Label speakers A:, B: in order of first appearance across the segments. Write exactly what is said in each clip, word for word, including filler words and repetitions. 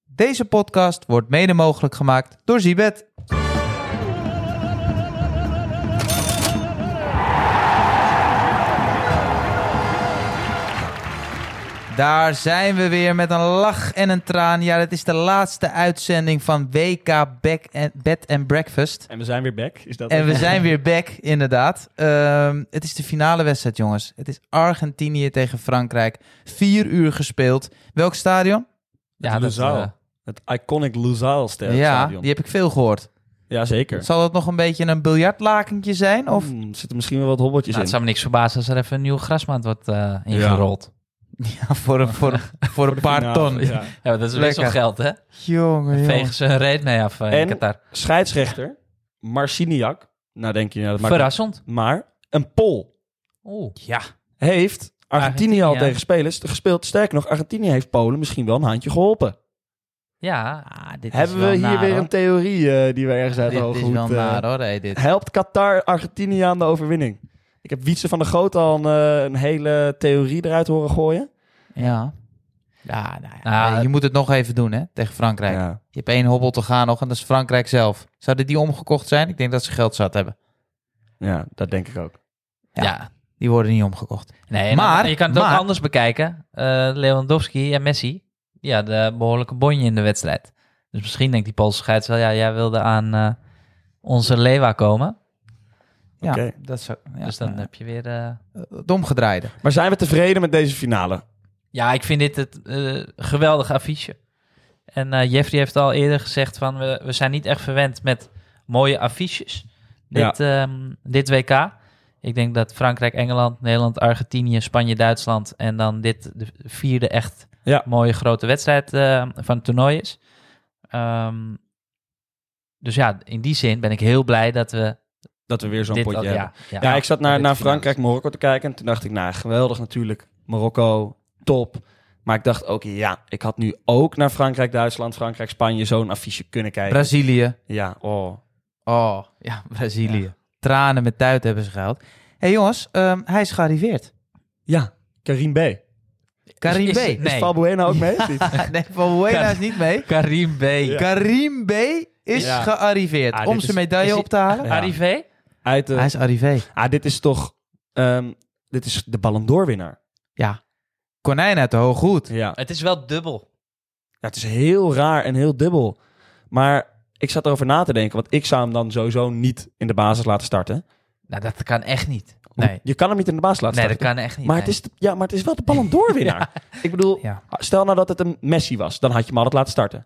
A: Deze podcast wordt mede mogelijk gemaakt door Zibet. Daar zijn we weer met een lach en een traan. Ja, dit is de laatste uitzending van W K Back and, Bed and Breakfast.
B: En we zijn weer back. Is dat
A: en we zijn weer back, inderdaad. Um, het is de finale wedstrijd, jongens. Het is Argentinië tegen Frankrijk. Vier uur gespeeld. Welk stadion?
B: Ja, het Lusail. Uh... Het iconic Lusail stadion.
A: Ja, die heb ik veel gehoord.
B: Ja, zeker.
A: Zal het nog een beetje een biljartlakentje zijn? Of?
B: Hmm, er zitten misschien wel wat hobbeltjes
C: nou,
B: in.
C: Het zou me niks verbazen als er even een nieuwe grasmat wordt uh, ingerold.
A: Ja, ja voor, een, voor, een, voor een paar
B: nou,
A: ton.
C: Ja. ja, dat is best wel geld, hè?
A: Jongen, jongen.
C: Vegen ze hun reet mee af uh, in
B: en
C: Qatar.
B: Scheidsrechter Marciniak. Nou, denk je... Nou, dat
C: Verrassend.
B: Maakt... Maar een Pool.
C: Oeh.
A: Ja.
B: Heeft Argentinië, Argentinië al tegen spelers gespeeld. Sterker nog, Argentinië heeft Polen misschien wel een handje geholpen.
C: Ja, ah, dit
B: Hebben
C: is wel
B: we hier
C: naar,
B: weer
C: hoor.
B: een theorie uh, die we ergens uit de hoge
A: Dit is wel
B: hoed, uh,
A: naar, hoor. Hey, dit.
B: Helpt Qatar Argentinië aan de overwinning? Ik heb Wietse van der Goot al een, uh, een hele theorie eruit horen gooien.
A: Ja. Ja, nou ja.
C: Nou,
A: nee, je moet het nog even doen, hè, tegen Frankrijk.
B: Ja.
A: Je hebt één hobbel te gaan nog en dat is Frankrijk zelf. Zouden die omgekocht zijn? Ik denk dat ze geld zat hebben.
B: Ja, dat denk ik ook.
A: Ja,
C: ja.
A: Die worden niet omgekocht.
C: Nee,
A: maar
C: maar, je kan het
A: maar,
C: ook anders bekijken. Uh, Lewandowski en Messi, ja, de behoorlijke bonje in de wedstrijd. Dus misschien denkt die Poolse scheids wel, ja, jij wilde aan uh, onze Lewa komen.
A: Ja,
B: okay.
A: dat zou, ja,
C: dus dan
A: uh,
C: heb je weer... Uh...
A: het omgedraaide.
B: Maar zijn we tevreden met deze finale?
C: Ja, ik vind dit het uh, geweldige affiche. En uh, Jeffrey heeft al eerder gezegd van, we, we zijn niet echt verwend met mooie affiches. Dit, ja. um, dit W K. Ik denk dat Frankrijk, Engeland, Nederland, Argentinië, Spanje, Duitsland en dan dit de vierde echt ja. mooie grote wedstrijd uh, van het toernooi is. Um, dus ja, in die zin ben ik heel blij dat we...
B: Dat we weer zo'n potje
C: al,
B: hebben.
C: Ja, ja,
B: ja, ik zat naar, naar Frankrijk, Marokko te kijken en toen dacht ik, nou geweldig natuurlijk. Marokko, top. Maar ik dacht ook, ja, ik had nu ook naar Frankrijk, Duitsland, Frankrijk, Spanje zo'n affiche kunnen kijken.
A: Brazilië.
B: Ja, oh.
A: Oh, ja, Brazilië. Ja. Tranen met tuit hebben ze gehaald. Hé hey, jongens, um, hij is gearriveerd.
B: Ja, Karim B.
A: Karim
B: is,
A: B.
B: Is, nee. is Valbuena ook mee?
A: Ja, nee, Valbuena is niet mee.
C: Karim B.
A: Ja. Karim B is ja. gearriveerd ah, om zijn medaille op te halen.
C: Ja. Arrivé?
A: Uit de, hij is arrivé.
B: Ah, dit is toch... Um, dit is de Ballon d'Or winnaar.
A: Ja. Konijn uit de hoge hoed.
C: Ja. Het is wel dubbel.
B: Ja, het is heel raar en heel dubbel. Maar ik zat erover na te denken, want ik zou hem dan sowieso niet in de basis laten starten.
C: Nou, dat kan echt niet. Nee.
B: Je kan hem niet in de basis laten
C: nee,
B: starten.
C: Nee, dat kan echt niet.
B: Maar,
C: nee.
B: het is de, ja, maar het is wel de Ballon d'Or winnaar. Ja. Ik bedoel, ja. stel nou dat het een Messi was, dan had je hem altijd laten starten.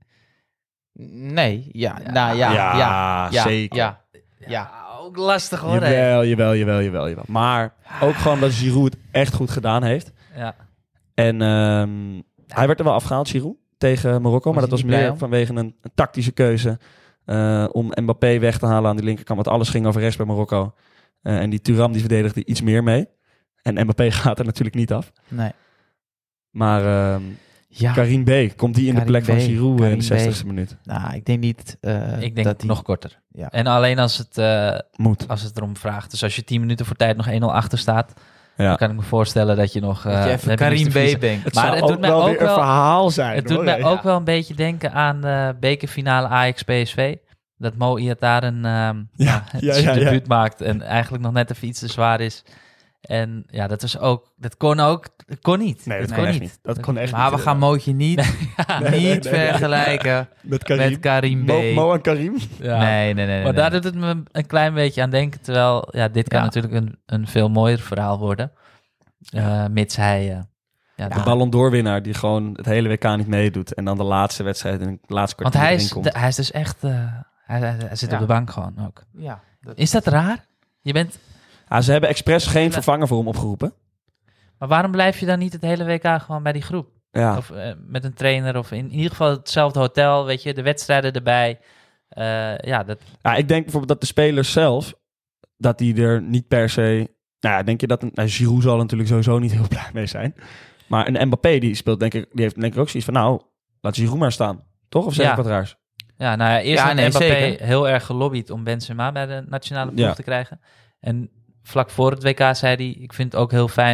A: Nee, ja, ja. nou ja, ja, ja, ja
B: zeker.
A: Ja, ja.
C: ja, ook lastig hoor.
B: Jawel, jawel, jawel, jawel, jawel. Maar ook gewoon dat Giroud het echt goed gedaan heeft.
C: Ja.
B: En um, ja. hij werd er wel afgehaald, Giroud, tegen Marokko. Maar dat was meer vanwege een, een tactische keuze uh, om Mbappé weg te halen aan die linkerkant. Want alles ging over rechts bij Marokko. Uh, en die Thuram die verdedigde iets meer mee. En Mbappé gaat er natuurlijk niet af.
A: Nee.
B: Maar um, ja. Karim B, komt die in Karim de plek B. van Giroud Karim in de zestigste minuut?
A: Nou, ik denk niet. Uh,
C: ik denk
A: dat
C: nog
A: die...
C: korter.
A: Ja.
C: En alleen als het, uh,
B: Moet.
C: als het erom vraagt. Dus als je tien minuten voor tijd nog één nul achter staat... Ja. Dan kan ik me voorstellen dat je nog... Uh,
A: dat je even Karim B denkt.
B: Het maar het doet mij ook wel een verhaal zijn.
C: Het doet
B: hoor,
C: mij
B: ja.
C: ook wel een beetje denken aan de bekerfinale Ajax P S V. Dat Mo Iataren um, ja, ja, zijn ja, debuut ja. maakt en eigenlijk nog net even iets te zwaar is. En ja, dat was ook... Dat kon ook... Dat kon niet.
B: Nee, dat
C: nee,
B: kon echt
C: niet.
B: niet. Dat kon echt
A: maar
B: niet.
A: we gaan Mootje niet, ja, nee, niet nee, nee, vergelijken nee.
B: met Karim,
A: met Karim B.
B: Mo, Mo en Karim?
C: Ja.
A: Nee, nee, nee.
C: Maar
A: nee,
C: daar
A: nee.
C: doet het me een klein beetje aan denken. Terwijl, ja, dit kan ja. natuurlijk een, een veel mooier verhaal worden. Uh, mits hij... Uh,
B: ja, de ja. Ballon d'Or winnaar die gewoon het hele W K niet meedoet. En dan de laatste wedstrijd in het laatste kwartier
C: Want hij is,
B: komt.
C: de, hij is dus echt... Uh, hij, hij, hij zit ja. op de bank gewoon ook.
A: Ja, dat...
C: Is dat raar? Je bent...
B: Ja, ze hebben expres geen vervanger voor hem opgeroepen.
C: Maar waarom blijf je dan niet het hele W K gewoon bij die groep?
B: Ja.
C: Of uh, met een trainer of in, in ieder geval hetzelfde hotel, weet je, de wedstrijden erbij. Uh, ja, dat...
B: ja, ik denk bijvoorbeeld dat de spelers zelf, dat die er niet per se... Nou ja, denk je dat... Een, nou, Giroud zal natuurlijk sowieso niet heel blij mee zijn. Maar een Mbappé, die speelt denk ik, die heeft denk ik ook zoiets van, nou, laat Giroud maar staan. Toch? Of zeg
C: ja.
B: ik wat raars?
C: Ja, nou ja, eerst
A: ja,
C: had
A: nee,
C: Mbappé
A: zeker.
C: heel erg gelobbyd om Benzema bij de nationale ploeg
B: ja.
C: te krijgen. En vlak voor het W K zei hij, ik vind het ook heel fijn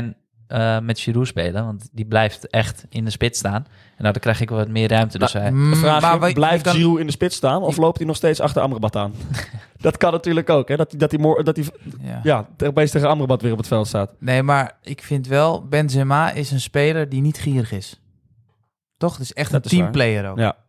C: uh, met Giroud spelen. Want die blijft echt in de spits staan. En nou, dan krijg ik wat meer ruimte. Dus hij...
B: Mm, Vraag je,
A: maar
B: blijft
A: kan...
B: Giroud in de spits staan? Of loopt hij nog steeds achter Amrabat aan? Dat kan natuurlijk ook, hè? Dat hij, dat hij, moor, dat hij ja. Ja, opeens tegen Amrabat weer op het veld staat.
A: Nee, maar ik vind wel, Benzema is een speler die niet gierig is. Toch? Het is echt dat een teamplayer ook.
B: Ja.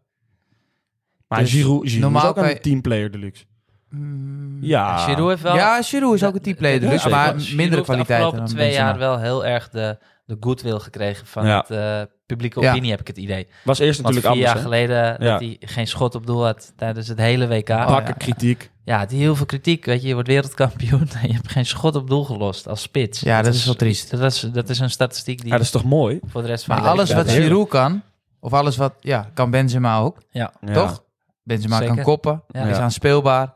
B: Maar dus Giroud, Giroud is ook een je... teamplayer deluxe.
A: Mm,
C: ja. Giroud heeft wel...
A: Ja, Giroud is ook een teamplayer deluxe, ja, maar Giroud mindere kwaliteit.
C: Hij heeft de afgelopen twee jaar wel heel erg de, de goodwill gekregen van ja. het uh, publieke opinie, ja. heb ik het idee.
B: Was eerst
C: Want
B: natuurlijk
C: vier
B: anders,
C: jaar geleden
B: ja.
C: dat hij geen schot op doel had tijdens het hele W K.
B: Bakken oh, ja. kritiek.
C: Ja, het is heel veel kritiek. Weet je, je wordt wereldkampioen en je hebt geen schot op doel gelost als spits.
A: Ja, dat, dat is wel triest.
C: Dat is, dat is een statistiek die...
B: Ja, dat is toch mooi?
C: Voor de rest van
A: maar alles wat Giroud kan, of alles wat... Ja, kan Benzema ook.
C: Ja.
A: Toch? Ja. Benzema Zeker. kan koppen, ja. is aanspeelbaar.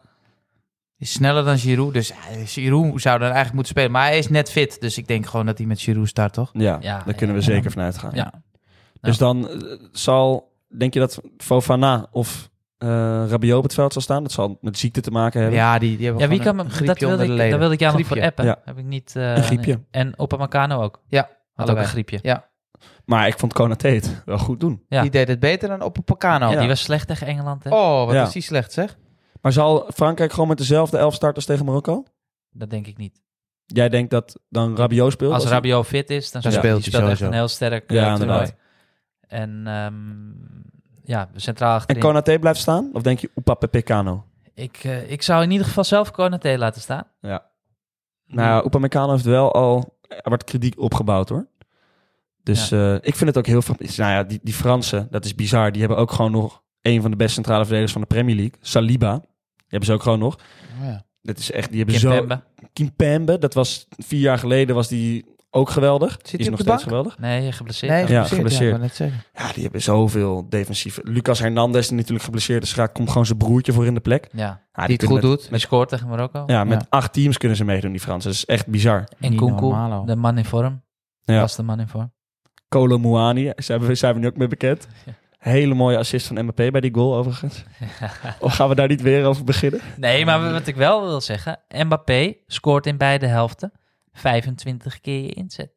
A: Is sneller dan Giroud. Dus ja, Giroud zou dan eigenlijk moeten spelen. Maar hij is net fit. Dus ik denk gewoon dat hij met Giroud start, toch?
B: Ja, ja daar kunnen we ja. zeker van uitgaan.
C: Ja.
B: Dus dan uh, zal... Denk je dat Fofana of uh, Rabiot op het veld zal staan? Dat zal met ziekte te maken hebben.
A: Ja, die, die hebben
C: ja, wie
A: gewoon
C: kan
A: een griepje
C: dat wilde ik, Daar wilde ik jou nog voor appen. Ja. Heb ik niet... Uh,
B: een griepje.
C: Nee. En Upamecano ook.
A: Ja.
C: Had ook een griepje.
A: Ja.
B: Maar ik vond Konaté het wel goed doen.
A: Ja. Die deed het beter dan Upamecano.
C: Ja, die was slecht tegen Engeland. Hè?
A: Oh, wat ja. is die slecht, zeg.
B: Maar zal Frankrijk gewoon met dezelfde elf starters tegen Marokko?
C: Dat denk ik niet.
B: Jij denkt dat dan Rabiot speelt?
C: Als,
B: als
C: Rabiot fit is, dan,
A: dan
C: speelt hij speelt echt een heel sterk
B: ja,
C: toernooi. En um, ja, centraal achterin.
B: En Konaté blijft staan? Of denk je Upamecano?
C: Ik, uh, ik zou in ieder geval zelf Konaté laten staan.
B: Ja. Nou, Upamecano heeft wel al... Er wordt kritiek opgebouwd, hoor. Dus ja. uh, ik vind het ook heel... Nou ja, die, die Fransen, dat is bizar. Die hebben ook gewoon nog een van de beste centrale verdedigers van de Premier League. Saliba. Die hebben ze ook gewoon nog.
A: Oh ja.
B: Dat is echt... Die hebben
C: Kimpembe.
B: zo... Kimpembe. Dat was vier jaar geleden was die ook geweldig.
A: Zit
B: die is nog
A: steeds
B: bank? geweldig.
C: Nee, geblesseerd.
A: Nee,
B: ja,
A: geblesseerd.
B: geblesseerd. Ja, ja, die hebben zoveel defensieve... Lucas Hernandez is natuurlijk geblesseerd. Dus daar komt gewoon zijn broertje voor in de plek.
C: Ja.
A: Ja, die, die het goed
C: met,
A: doet.
C: Die met, scoort tegen Marokko.
B: Ja, met
A: ja.
B: acht teams kunnen ze meedoen, die Fransen. Dat is echt bizar.
C: En Kunku, de man in vorm.
B: Ja.
C: Was de man in vorm.
B: Kolo Muani, zijn we, zijn we nu ook mee bekend. Ja. Hele mooie assist van Mbappé bij die goal overigens. Of gaan we daar niet weer over beginnen?
C: Nee, maar wat ik wel wil zeggen... Mbappé scoort in beide helften vijfentwintig keer je inzet.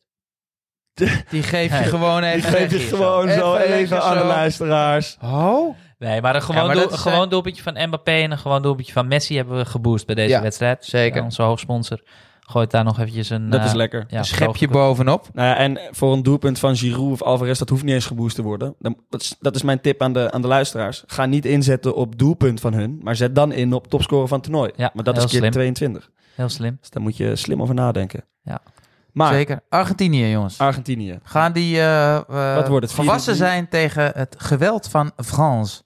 A: Die geef je gewoon even...
B: Die geef je gewoon zo, zo even, even aan zo. de luisteraars.
A: Oh?
C: Nee, maar een gewoon, ja, maar doel, gewoon zijn... doelpuntje van Mbappé en een gewoon doelpuntje van Messi hebben we geboost bij deze ja, wedstrijd.
A: Zeker.
C: Ja, onze hoofdsponsor gooit daar nog eventjes een...
B: Dat uh, is lekker.
A: Ja, een schepje bovenop.
B: Nou ja, en voor een doelpunt van Giroud of Alvarez, dat hoeft niet eens geboost te worden. Dat is, dat is mijn tip aan de, aan de luisteraars. Ga niet inzetten op doelpunt van hun, maar zet dan in op topscorer van het toernooi.
C: Ja,
B: maar dat is keer slim. tweeëntwintig.
C: Heel slim.
B: Dus daar moet je slim over nadenken.
C: Ja.
A: Maar, Zeker. Argentinië, jongens.
B: Argentinië.
A: Gaan die uh, uh,
B: Wat wordt het?
A: gewassen zijn tegen het geweld van France?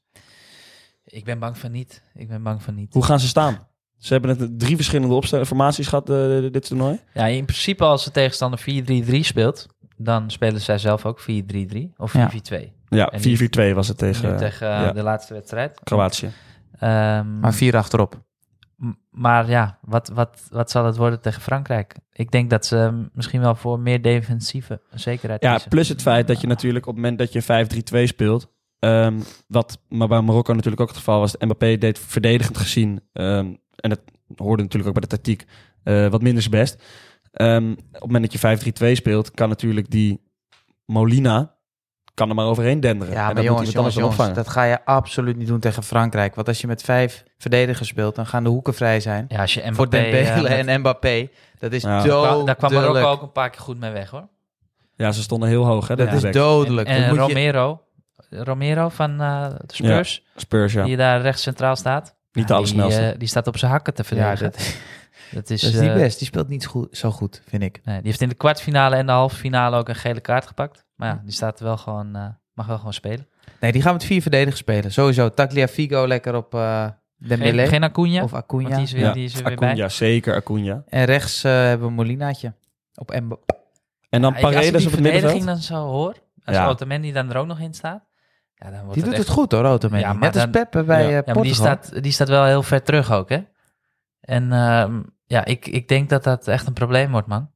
C: Ik ben bang van niet. Ik ben bang van niet.
B: Hoe gaan ze staan? Ze hebben het drie verschillende opstellen, formaties gehad, uh, dit toernooi.
C: Ja, in principe als de tegenstander vier drie drie speelt, dan spelen zij zelf ook vier drie drie of vier vier twee.
B: Ja, ja vier vier twee was het tegen,
C: nu tegen uh, ja. de laatste wedstrijd.
B: Kroatië.
A: Um, maar vier achterop.
C: M- maar ja, wat, wat, wat zal het worden tegen Frankrijk? Ik denk dat ze misschien wel voor meer defensieve zekerheid
B: Ja,
C: kiezen.
B: Plus het feit dat je natuurlijk op het moment dat je vijf drie twee speelt... Um, wat maar bij Marokko natuurlijk ook het geval was. Mbappé deed verdedigend gezien... Um, en dat hoorde natuurlijk ook bij de tactiek... Uh, wat minder zijn best. Um, op het moment dat je vijf drie twee speelt... kan natuurlijk die Molina... kan er maar overheen denderen.
A: Ja,
B: en
A: maar jongens, jongens, jongens
B: opvangen.
A: dat ga je absoluut niet doen tegen Frankrijk. Want als je met vijf verdedigers speelt... dan gaan de hoeken vrij zijn.
C: Ja, als je Mbappé,
A: voor Dembele
C: uh,
A: en Mbappé. Dat is
B: ja.
A: dodelijk.
C: Daar kwam Marokko ook een paar keer goed mee weg, hoor.
B: Ja, ze stonden heel hoog. Hè,
A: dat is dodelijk.
C: En, en
A: moet
C: Romero... Je... Romero van uh, de Spurs.
B: Ja, Spurs, ja.
C: Die daar rechts centraal staat.
B: Niet de ja, allersnelste.
C: Die, uh, die staat op zijn hakken te verdedigen.
A: Ja, dat,
C: dat is,
A: dat is niet
C: uh,
A: best. Die speelt niet goed, zo goed, vind ik.
C: Nee, die heeft in de kwartfinale en de halve finale ook een gele kaart gepakt. Maar ja, die staat wel gewoon, uh, mag wel gewoon spelen.
A: Nee, die gaan met vier verdedigers spelen. Sowieso. Tagliafico lekker op uh, Dembele.
C: Geen, geen Acuna.
A: Of Acuna.
C: Die is, weer,
B: ja.
C: die is er
B: Acuna,
C: weer bij.
B: Zeker Acuna.
A: En rechts uh, hebben we Molinaatje. Op Mbappé.
B: En dan
C: ja,
B: Paredes op het middenveld.
C: Als ik die verdediging dan zo hoor. Als ja. Otamendi dan er ook nog in staat. Ja, dan wordt
A: die
C: het
A: doet
C: echt...
A: het goed hoor, Otamendi. Ja, Net dan... als Pepe bij ja. Uh,
C: ja, maar die staat, die staat wel heel ver terug ook, hè? En uh, ja, ik, ik denk dat dat echt een probleem wordt, man.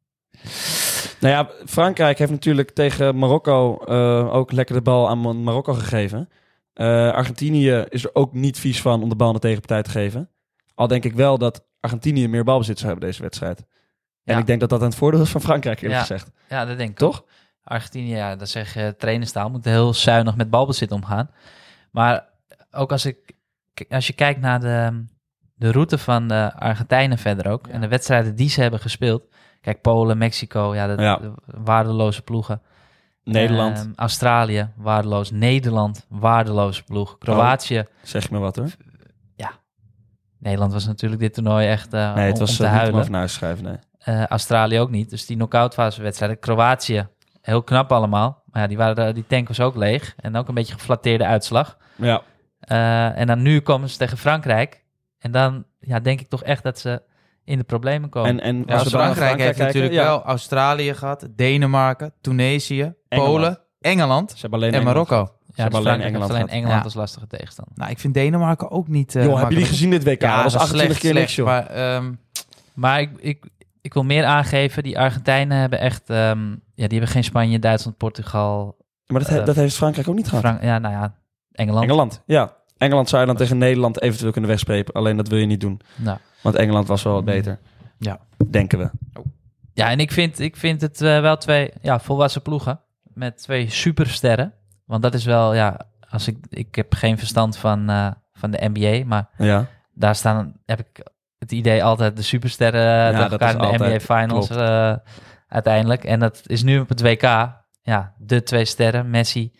B: Nou ja, Frankrijk heeft natuurlijk tegen Marokko uh, ook lekker de bal aan Marokko gegeven. Uh, Argentinië is er ook niet vies van om de bal aan de tegenpartij te geven. Al denk ik wel dat Argentinië meer balbezit zou hebben deze wedstrijd. En ja. ik denk dat dat een voordeel is van Frankrijk, eerlijk
C: ja.
B: gezegd.
C: Ja, dat denk ik
B: toch.
C: Argentinië, ja, dat zeg je, trainerstaal, moet heel zuinig met balbezit omgaan. Maar ook als, ik, als je kijkt naar de, de route van de Argentijnen verder ook, ja. en de wedstrijden die ze hebben gespeeld. Kijk, Polen, Mexico, ja, de, ja. de waardeloze ploegen.
B: Nederland.
C: Uh, Australië, waardeloos. Nederland, waardeloze ploeg. Kroatië.
B: Oh, zeg me wat hoor.
C: Ja. Nederland was natuurlijk dit toernooi echt uh,
B: nee, het
C: om,
B: was
C: om te
B: uh,
C: huilen.
B: niet om naar huis schrijven, nee.
C: Uh, Australië ook niet. Dus die knock-out fase wedstrijden. Kroatië, heel knap allemaal. Maar ja, die, waren, die tank was ook leeg. En ook een beetje geflatteerde uitslag.
B: Ja.
C: Uh, en dan nu komen ze tegen Frankrijk. En dan ja, denk ik toch echt dat ze in de problemen komen.
A: En, en ja, als Frankrijk, Frankrijk heeft kijken, natuurlijk ja. wel Australië gehad, Denemarken, Tunesië, Engeland. Polen, Engeland
B: ze alleen
C: en
B: Marokko.
C: Ja,
B: ze hebben
C: dus alleen Engeland, alleen Engeland ja. als lastige tegenstander.
A: Nou, ik vind Denemarken ook niet... Uh,
B: Joh, hebben jullie gezien dit W K?
A: Ja,
B: dat was achtentwintig
A: slecht,
B: keer niks, joh.
C: Maar, um, maar ik, ik, ik wil meer aangeven, die Argentijnen hebben echt... Um, ja, die hebben geen Spanje, Duitsland, Portugal...
B: Maar dat, uh, dat heeft Frankrijk ook niet gehad.
C: Frank, ja, nou ja, Engeland.
B: Engeland, ja. Engeland zou je dan tegen Nederland eventueel kunnen wegspreken. Alleen dat wil je niet doen.
C: Nou.
B: Want Engeland was wel wat beter.
A: Ja.
B: Denken we.
C: Oh. Ja, en ik vind, ik vind het uh, wel twee ja, volwassen ploegen. Met twee supersterren. Want dat is wel, ja... Als ik, ik heb geen verstand van, uh, van de N B A. Maar
B: ja.
C: daar staan, heb ik het idee altijd de supersterren ja, tegen elkaar in de altijd, N B A Finals uh, uiteindelijk. En dat is nu op het W K. Ja, de twee sterren. Messi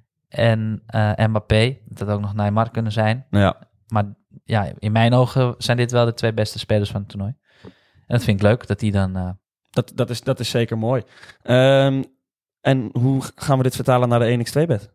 C: en uh, Mbappé. Dat ook nog Neymar kunnen zijn.
B: Ja.
C: Maar ja, in mijn ogen zijn dit wel de twee beste spelers van het toernooi. En dat vind ik leuk, dat die dan... Uh...
B: Dat, dat, is, dat is zeker mooi. Um, en hoe gaan we dit vertalen naar de één bij één bet?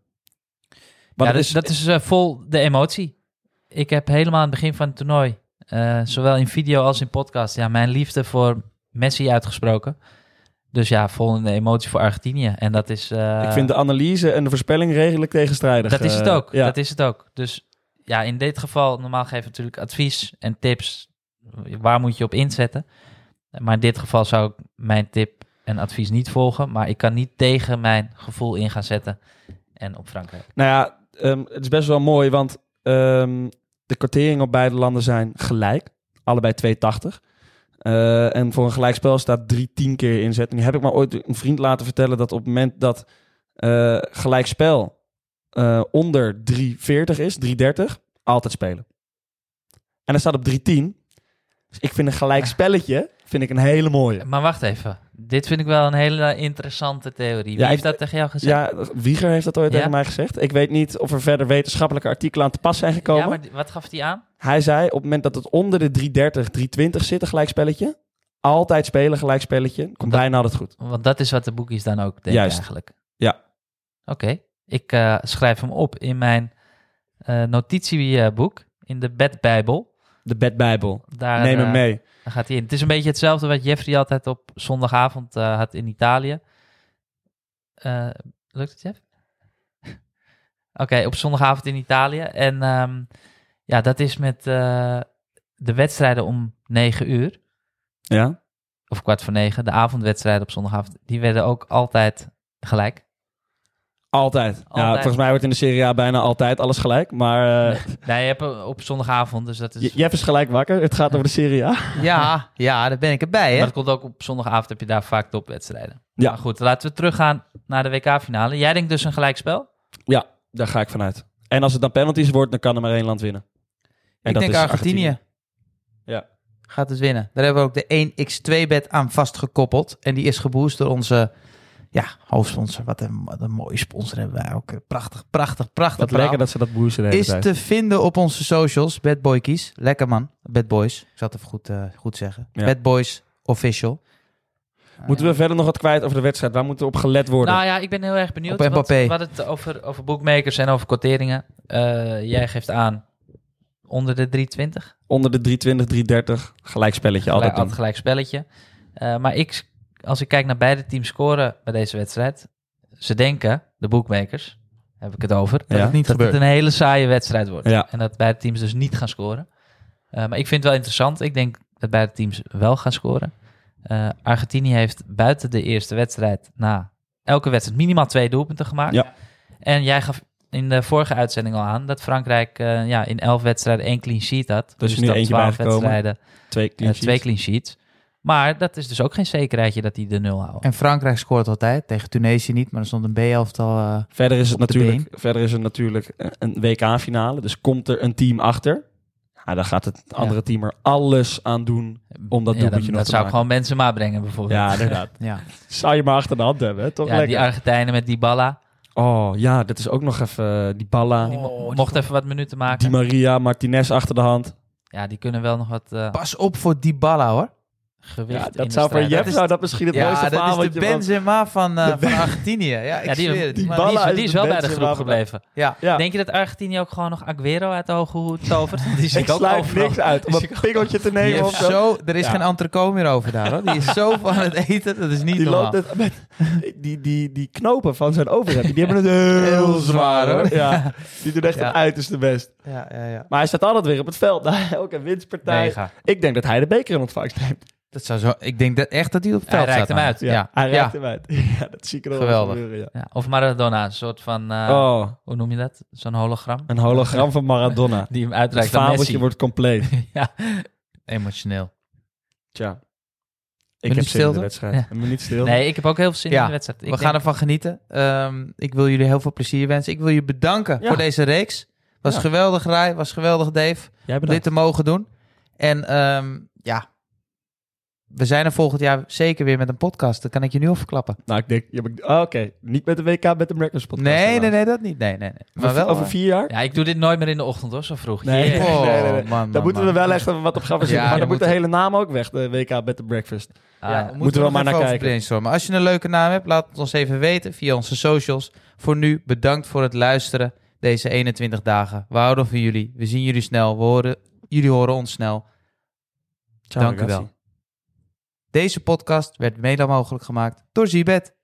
C: Ja, dat is, dat is uh, vol de emotie. Ik heb helemaal aan het begin van het toernooi, uh, zowel in video als in podcast, ja, mijn liefde voor Messi uitgesproken. Dus ja, vol in de emotie voor Argentinië. En dat is... Uh...
B: Ik vind de analyse en de voorspelling redelijk tegenstrijdig.
C: Dat is het ook,
B: uh, ja.
C: dat is het ook. Dus ja, in dit geval, normaal geef ik natuurlijk advies en tips. Waar moet je op inzetten? Maar in dit geval zou ik mijn tip en advies niet volgen. Maar ik kan niet tegen mijn gevoel in gaan zetten en op Frankrijk.
B: Nou ja, um, het is best wel mooi, want um, de kwarteringen op beide landen zijn gelijk. Allebei twee tachtig. Uh, en voor een gelijkspel staat drie tien keer inzet. En nu heb ik maar ooit een vriend laten vertellen dat op het moment dat uh, gelijkspel uh, onder drie veertig is, drie dertig, altijd spelen. En dat staat op drie tien. Dus ik vind een gelijkspelletje vind ik een hele mooie.
C: Maar wacht even. Dit vind ik wel een hele interessante theorie. Wie ja, heeft dat tegen jou gezegd?
B: Ja, Wieger heeft dat ooit ja? tegen mij gezegd. Ik weet niet of er verder wetenschappelijke artikelen aan te pas zijn gekomen.
C: Ja, maar wat gaf hij aan?
B: Hij zei, op het moment dat het onder de drie dertig, drie twintig zit, een gelijkspelletje, altijd spelen gelijkspelletje, komt dat, bijna altijd goed.
C: Want dat is wat de boekies dan ook denken
B: Juist.
C: eigenlijk.
B: Ja.
C: Oké. Okay. Ik uh, schrijf hem op in mijn uh, notitieboek, in de bedbijbel.
B: De bedbijbel.
C: Daar,
B: Neem hem
C: uh,
B: mee.
C: Daar gaat hij in. Het is een beetje hetzelfde wat Jeffrey altijd op zondagavond uh, had in Italië. Uh, lukt het, Jeff? Oké, okay, op zondagavond in Italië. En um, ja, dat is met uh, de wedstrijden om negen uur.
B: Ja.
C: Of kwart voor negen. De avondwedstrijden op zondagavond. Die werden ook altijd gelijk.
B: Altijd. altijd. Ja, volgens mij wordt in de Serie A bijna altijd alles gelijk. Maar uh...
C: nee, je hebt op zondagavond, dus dat is...
B: Jeff is gelijk wakker. Het gaat over de Serie A.
A: Ja, ja, daar ben ik erbij, hè.
C: Maar het komt ook op zondagavond, heb je daar vaak topwedstrijden.
B: Ja.
C: Maar goed, laten we teruggaan naar de W K-finale. Jij denkt dus een gelijkspel?
B: Ja, daar ga ik vanuit. En als het dan penalties wordt, dan kan er maar één land winnen. En
A: ik
B: dat
A: denk
B: is
A: Argentinië.
B: Argentinië. Ja.
A: Gaat het winnen. Daar hebben we ook de één bij twee bet aan vastgekoppeld. En die is geboost door onze... Ja, hoofdsponsor. Wat een, wat een mooie sponsor hebben wij ook. Prachtig, prachtig, prachtig.
B: Wat lekker dat ze dat boosten de hele
A: Is
B: tijd.
A: te vinden op onze socials. Bad Boykies. Lekker man. Bad Boys. Ik zal het even goed, uh, goed zeggen. Ja. Bad Boys Official.
B: Moeten we uh, verder nog wat kwijt over de wedstrijd? Waar moet er op gelet worden?
C: Nou ja, ik ben heel erg benieuwd.
A: Op Mbappé.
C: Wat, wat het over, over bookmakers en over quoteringen. Uh, jij geeft aan onder de drie twintig.
B: Onder de drie twintig, drie dertig. Gelijkspelletje.
C: Gelijk,
B: altijd
C: altijd gelijk spelletje. Uh, maar ik... Als ik kijk naar beide teams scoren bij deze wedstrijd, ze denken, de bookmakers, heb ik het over, dat,
B: ja,
C: het, niet dat het een hele saaie wedstrijd wordt.
B: Ja.
C: En dat beide teams dus niet gaan scoren. Uh, maar ik vind het wel interessant. Ik denk dat beide teams wel gaan scoren. Uh, Argentinië heeft buiten de eerste wedstrijd na elke wedstrijd minimaal twee doelpunten gemaakt.
B: Ja.
C: En jij gaf in de vorige uitzending al aan dat Frankrijk uh, ja, in elf wedstrijden één clean sheet had.
B: Dus, dus nu eentje bijgekomen.
C: wedstrijden,
B: twee clean,
C: uh, twee clean sheets. Maar dat is dus ook geen zekerheidje dat die de nul houden.
A: En Frankrijk scoort altijd. Tegen Tunesië niet, maar er stond een B-elftal uh,
B: verder is het natuurlijk, Verder is het natuurlijk een W K-finale. Dus komt er een team achter. Ja, dan gaat het andere ja. team er alles aan doen om dat ja, doelpuntje nog te maken.
C: Dat zou ik gewoon Benzema brengen bijvoorbeeld.
B: Ja, inderdaad. ja. Zou je maar achter de hand hebben, hè? Toch
C: ja,
B: lekker.
C: Die Argentijnen met Dybala.
B: Oh ja, dat is ook nog even uh, Dybala.
C: Die mo- mocht even wat minuten maken.
B: Di Maria, Martinez achter de hand.
C: Ja, die kunnen wel nog wat... Uh...
A: Pas op voor Dybala, hoor.
C: Gewicht
B: ja, dat zou voor Jeff zou dat misschien het
A: ja,
B: mooiste
A: verhaal. Ja, dat is de Benzema van, uh, van Argentinië. Ja, ik
C: ja, die,
A: zweer het.
C: Die, die, die, is, die is wel bij de groep gebleven. Ja. Ja. Denk je dat Argentinië ook gewoon nog Aguero uit de hoge hoed tovert? Die
B: ik ik sluit niks uit om een pingeltje te nemen. Of zo.
A: Zo, er is ja. geen entrecote meer over daar. Hoor. Die is zo van het eten, dat is niet
B: die
A: normaal.
B: Loopt het met, die, die, die knopen van zijn overhemd, die hebben het heel zwaar, hoor. Ja, die doen echt ja. het uiterste best.
A: Ja, ja, ja.
B: Maar hij staat altijd weer op het veld. Ook een winstpartij. Mega. Ik denk dat hij de beker in ontvangst neemt.
A: Dat zou zo, ik denk dat echt dat hij op het veld
C: Hij reikt hem uit.
B: Ja, ja. Hij reikt ja. hem uit. Ja, dat zie ik er wel gebeuren, ja.
C: Ja, of Maradona, een soort van... Uh, oh. Hoe noem je dat? Zo'n hologram?
B: Een hologram van Maradona.
C: Die hem uitreikt aan
B: Messi. Het
C: fabeltje
B: wordt compleet.
C: ja.
A: Emotioneel.
B: Tja. Ik heb zin in de wedstrijd. Ja. Een minuut stil.
C: Nee, ik heb ook heel veel zin ja. in de wedstrijd. Ik
A: We denk... gaan ervan genieten. Um, ik wil jullie heel veel plezier wensen. Ik wil je bedanken ja. voor deze reeks. Was ja. geweldig, Rai. Was geweldig, Dave. Jij dit te mogen doen. En um, ja... We zijn er volgend jaar zeker weer met een podcast. Dat kan ik je nu al verklappen.
B: Nou, ik denk... Ja, oh, Oké, okay. Niet met de W K, met de Breakfast podcast.
A: Nee, helaas. nee, nee, dat niet. Nee, nee, nee.
B: Maar wel over vier jaar?
C: Ja, ik doe dit nooit meer in de ochtend, hoor. Zo vroeg.
B: Nee,
C: yeah.
B: oh, nee, nee, nee. Man, man, daar moeten man. we wel echt wat op gaan verzinnen. Ja, maar dan moet de hele naam ook weg, de W K met de Breakfast.
A: Ah, ja, moeten we, we maar naar kijken. Maar als je een leuke naam hebt, laat het ons even weten via onze socials. Voor nu, bedankt voor het luisteren deze eenentwintig dagen. We houden van jullie. We zien jullie snel. We horen, jullie horen ons snel. Ciao, Dank u wel. Deze podcast werd mede mogelijk gemaakt door Zibet.